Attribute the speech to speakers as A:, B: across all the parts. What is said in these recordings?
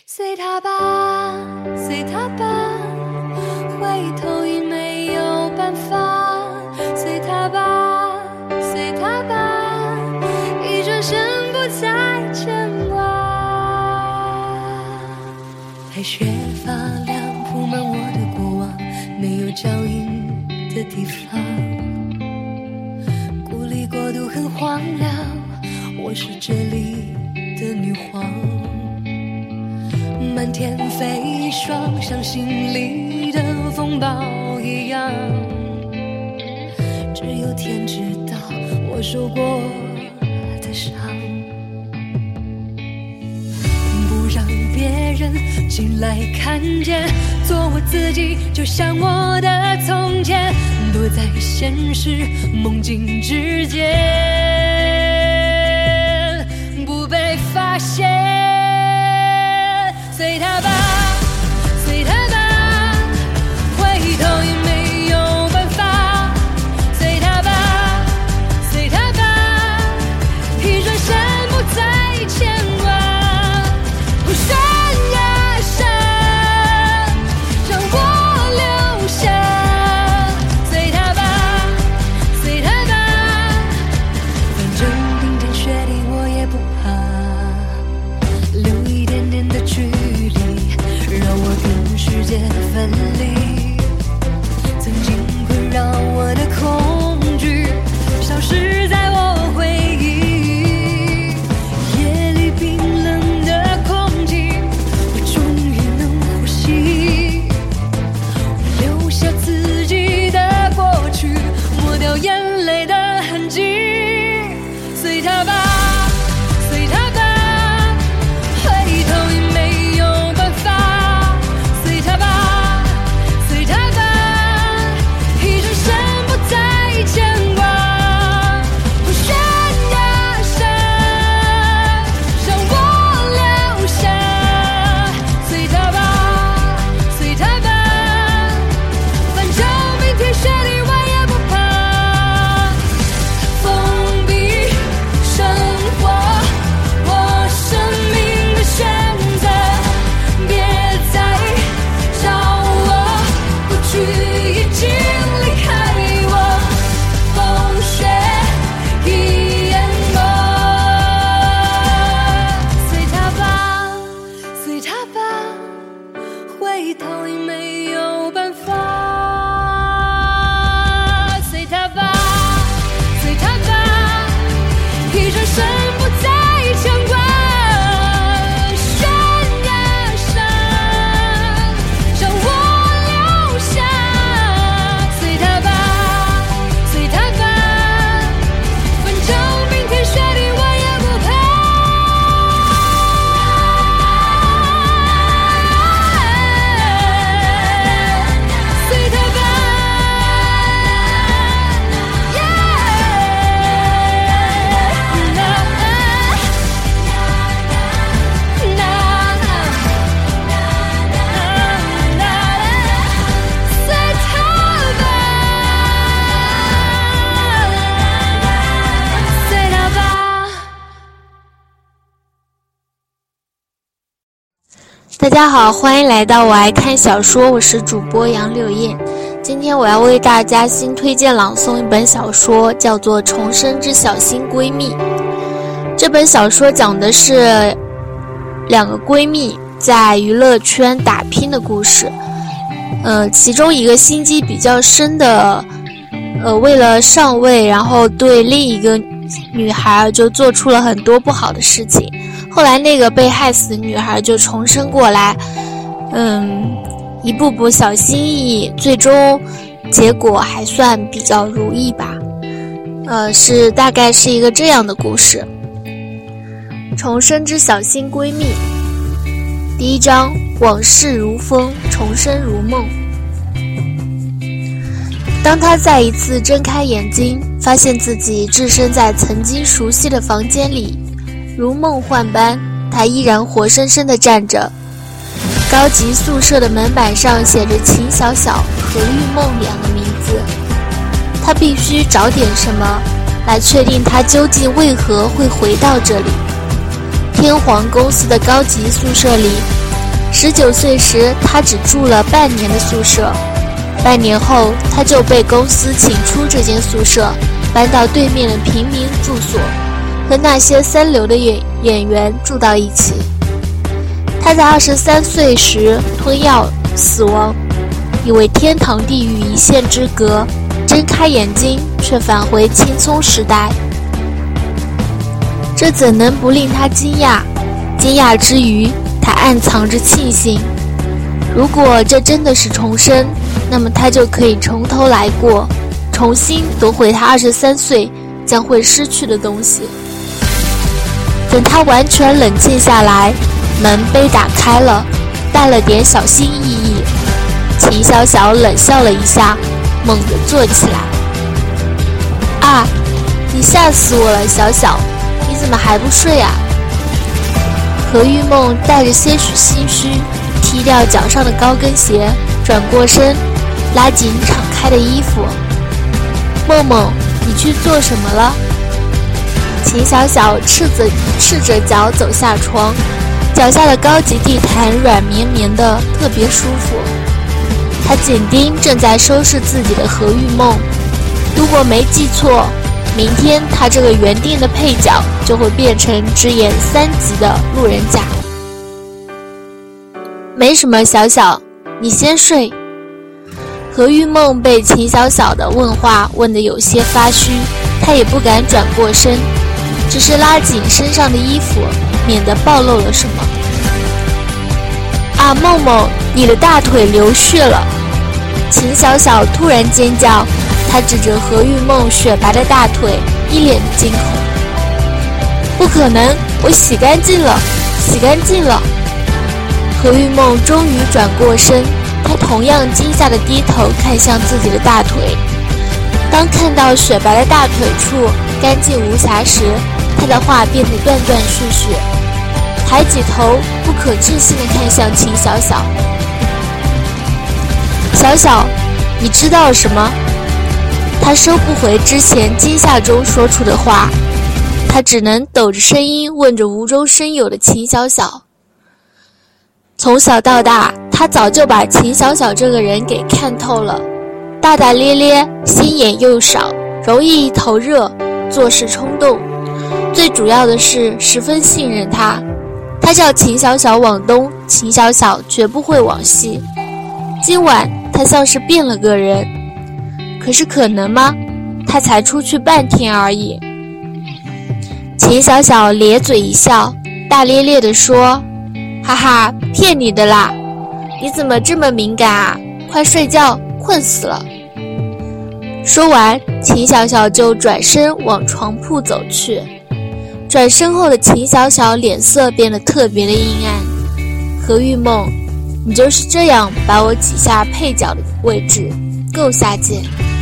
A: 随他吧，随他吧，回头已没有办法。随他吧，随他吧，一转身不再牵挂。白雪发亮铺满我的过往，没有脚印的地方。孤立国度很荒凉，我是这里的女皇。满天飞霜，像心里的风暴一样，只有天知道我受过的伤。不让别人进来看见，做我自己，就像我的从前，躲在现实梦境之间，不被发现。随他吧，随他吧，回头也没有办法。随他吧，随他吧，一转身不再牵挂。山呀山，让我留下。随他吧，随他吧，反正冰天雪地我也不怕。留一点点的距离，让我跟世界分离。曾经困扰我的恐惧，消失在我回忆。夜里冰冷的空气，我终于能呼吸。我留下自己的过去，抹掉眼泪的痕迹。随他吧，随他吧，回头也没有办法。随他吧，随他吧，一转身不再牵挂。山呀山，让我留下。随他吧，随他吧，反正冰天雪地我也不怕。封闭生活，我生命的选择，别再找我，过去已经离开我，风雪已淹没。随他吧，随他吧，回头已没有办法。随他吧，随他吧，一转身不再牵挂。山呀山，让我留下。随他吧，随他吧，反正冰天雪地我也不怕。随他吧，
B: 大家好，欢迎来到我爱看小说，我是主播杨柳燕。今天我要为大家新推荐朗诵一本小说，叫做《重生之小新闺蜜》。这本小说讲的是两个闺蜜在娱乐圈打拼的故事。其中一个心机比较深的，为了上位，然后对另一个女孩就做出了很多不好的事情。后来那个被害死的女孩就重生过来，一步步小心翼翼，最终结果还算比较如意吧。大概是一个这样的故事。重生之小新闺蜜，第一章，往事如风，重生如梦。当她再一次睁开眼睛，发现自己置身在曾经熟悉的房间里，如梦幻般，她依然活生生地站着。高级宿舍的门板上写着秦小小和玉梦两个名字，她必须找点什么来确定她究竟为何会回到这里。天皇公司的高级宿舍里， 19岁时，他只住了半年的宿舍，半年后他就被公司请出这间宿舍，搬到对面的平民住所，和那些三流的演员住到一起。他在23岁时吞药死亡，以为天堂地狱一线之隔，睁开眼睛却返回青葱时代。这怎能不令他惊讶？惊讶之余，他暗藏着庆幸。如果这真的是重生，那么他就可以从头来过，重新夺回他23岁将会失去的东西。等他完全冷静下来，门被打开了，带了点小心翼翼。秦小小冷笑了一下，猛地坐起来。啊，你吓死我了，小小，你怎么还不睡啊？何玉梦带着些许心虚，踢掉脚上的高跟鞋，转过身，拉紧敞开的衣服。梦梦，你去做什么了？秦小小赤着脚走下床，脚下的高级地毯软绵绵的，特别舒服。他紧盯正在收拾自己的何玉梦，如果没记错，明天他这个原定的配角就会变成只演3集的路人甲。没什么，小小，你先睡。何玉梦被秦小小的问话问得有些发虚，她也不敢转过身，只是拉紧身上的衣服，免得暴露了什么。啊，梦梦，你的大腿流血了！秦小小突然尖叫，她指着何玉梦雪白的大腿，一脸惊恐。不可能，我洗干净了，洗干净了。何玉梦终于转过身，她同样惊吓地低头看向自己的大腿。当看到雪白的大腿处干净无瑕时，她的话变得断断续续，抬起头，不可置信地看向秦小小。小小，你知道什么？他收不回之前惊吓中说出的话，他只能抖着声音问着无中生有的秦小小。从小到大，他早就把秦小小这个人给看透了，大大咧咧，心眼又少，容易头热，做事冲动，最主要的是十分信任他。他叫秦小小往东，秦小小绝不会往西。今晚他像是变了个人，可是可能吗？他才出去半天而已。秦小小咧嘴一笑，大咧咧地说：哈哈，骗你的啦，你怎么这么敏感啊？快睡觉，困死了。说完，秦小小就转身往床铺走去。转身后的秦小小脸色变得特别的阴暗。何玉梦，你就是这样把我挤下配角的位置，够下贱。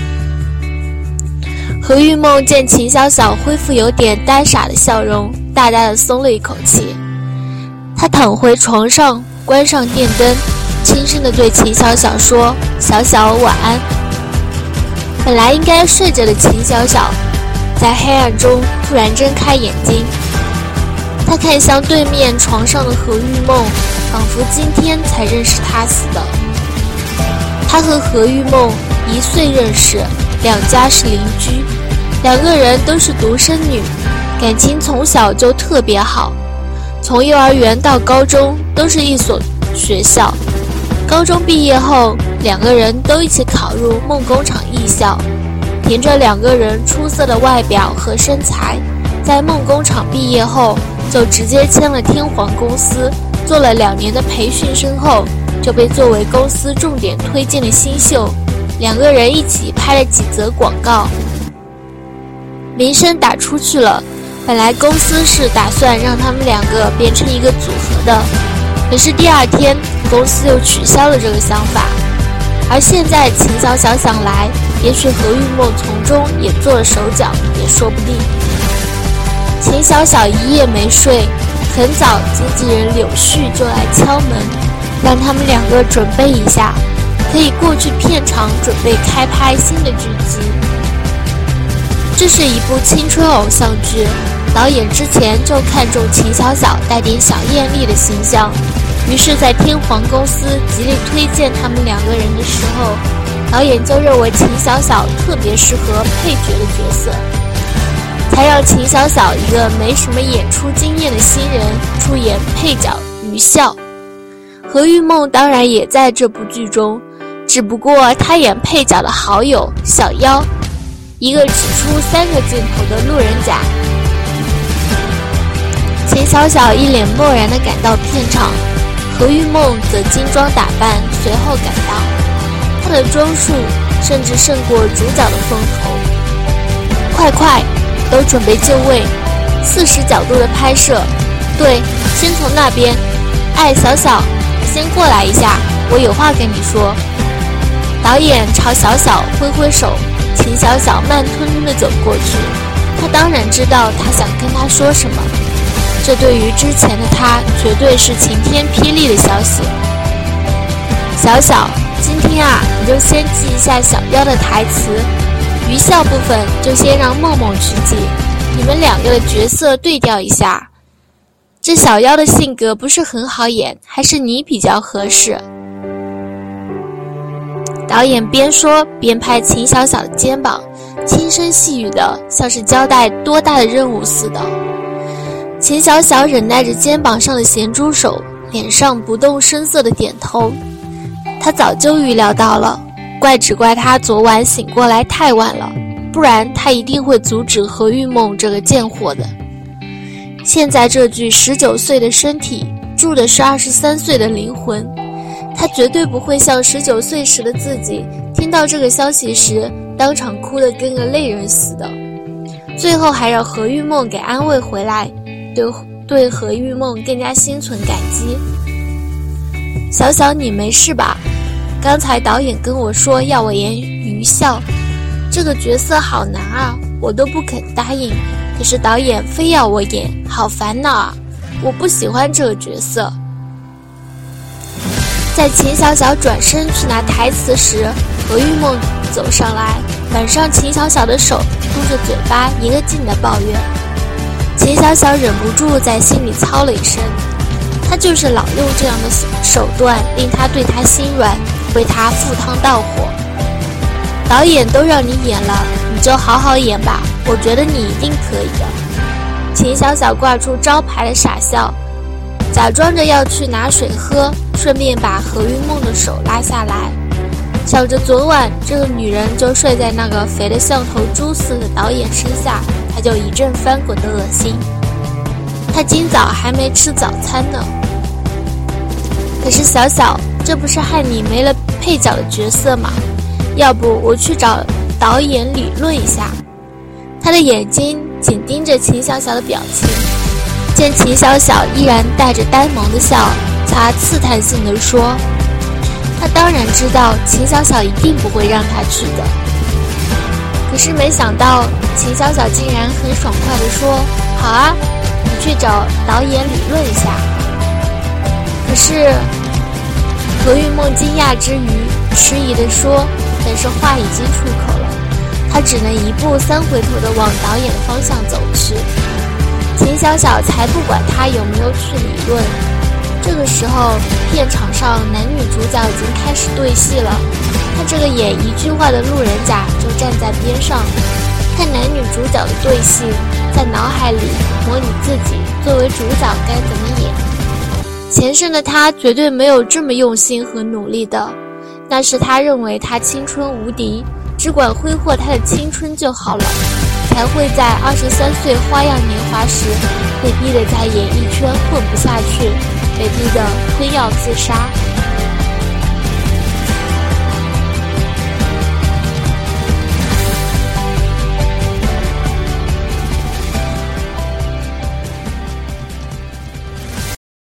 B: 何玉梦见秦小小恢复有点呆傻的笑容，大大的松了一口气。她躺回床上，关上电灯，轻声地对秦小小说：小小晚安。本来应该睡着的秦小小在黑暗中突然睁开眼睛，他看向对面床上的何玉梦，仿佛今天才认识他似的。他和何玉梦1岁认识，两家是邻居，两个人都是独生女，感情从小就特别好，从幼儿园到高中都是一所学校。高中毕业后，两个人都一起考入梦工厂艺校，凭着两个人出色的外表和身材，在梦工厂毕业后就直接签了天皇公司，做了2年的培训生后，就被作为公司重点推荐的新秀。两个人一起拍了几则广告，名声打出去了。本来公司是打算让他们两个变成一个组合的，可是第2天公司又取消了这个想法。而现在秦小小想来，也许何玉梦从中也做了手脚，也说不定。秦小小一夜没睡，很早经纪人柳絮就来敲门，让他们两个准备一下，可以过去片场准备开拍新的剧集。这是一部青春偶像剧，导演之前就看中秦小小带点小艳丽的形象， 于是在天皇公司极力推荐他们两个人的时候，导演就认为秦晓晓特别适合配角的角色，才让秦晓晓一个没什么演出经验的新人出演配角于笑。何玉梦当然也在这部剧中，只不过她演配角的好友小妖，一个只出3个镜头的路人甲。秦晓晓一脸漠然地赶到片场，何玉梦则精装打扮随后赶到，她的装束甚至胜过主角的风头。快，都准备就位，40角度的拍摄，对，先从那边。小小，先过来一下，我有话跟你说。导演朝小小挥挥手，秦小小慢吞吞地走过去。他当然知道他想跟他说什么，这对于之前的他绝对是晴天霹雳的消息。小小，今天你就先记一下小妖的台词，余笑部分就先让梦梦去记，你们2个的角色对调一下。这小妖的性格不是很好演，还是你比较合适。导演边说边拍秦小小的肩膀，轻声细语的，像是交代多大的任务似的。秦小小忍耐着肩膀上的咸猪手，脸上不动声色的点头。他早就预料到了，只怪他昨晚醒过来太晚了，不然他一定会阻止何玉梦这个贱货的。现在这具19岁的身体住的是23岁的灵魂，他绝对不会像19岁时的自己，听到这个消息时当场哭得跟个泪人似的。最后还让何玉梦给安慰回来，对何玉梦更加心存感激。小小，你没事吧？刚才导演跟我说要我演余笑，这个角色好难啊，我都不肯答应，可是导演非要我演，好烦恼啊！我不喜欢这个角色。在秦小小转身去拿台词时，何玉梦走上来，挽上秦小小的手，嘟着嘴巴一个劲的抱怨。秦小小忍不住在心里操了一声，他就是老用这样的手段令他对他心软，为他赴汤蹈火。导演都让你演了，你就好好演吧，我觉得你一定可以的。秦小小挂出招牌的傻笑，假装着要去拿水喝，顺便把何玉梦的手拉下来，想着昨晚这个女人就睡在那个肥得像头猪似的导演身下，他就一阵翻滚的恶心。他今早还没吃早餐呢。可是小小，这不是害你没了配角的角色吗？要不我去找导演理论一下。他的眼睛紧盯着秦小小的表情，见秦小小依然带着呆萌的笑，他刺探性地说，他当然知道秦小小一定不会让他去的。可是没想到秦小小竟然很爽快地说，好啊，你去找导演理论一下。可是何玉梦惊讶之余迟疑地说，但是话已经出口了，他只能1步3回头地往导演的方向走去。秦小小才不管他有没有去理论。这个时候片场上男女主角已经开始对戏了，他这个演一句话的路人甲就站在边上看男女主角的对戏，在脑海里模拟自己作为主角该怎么演。前生的他绝对没有这么用心和努力的，那是他认为他青春无敌，只管挥霍他的青春就好了，才会在23岁花样年华时被逼得在演艺圈混不下去，被逼得吞药自杀。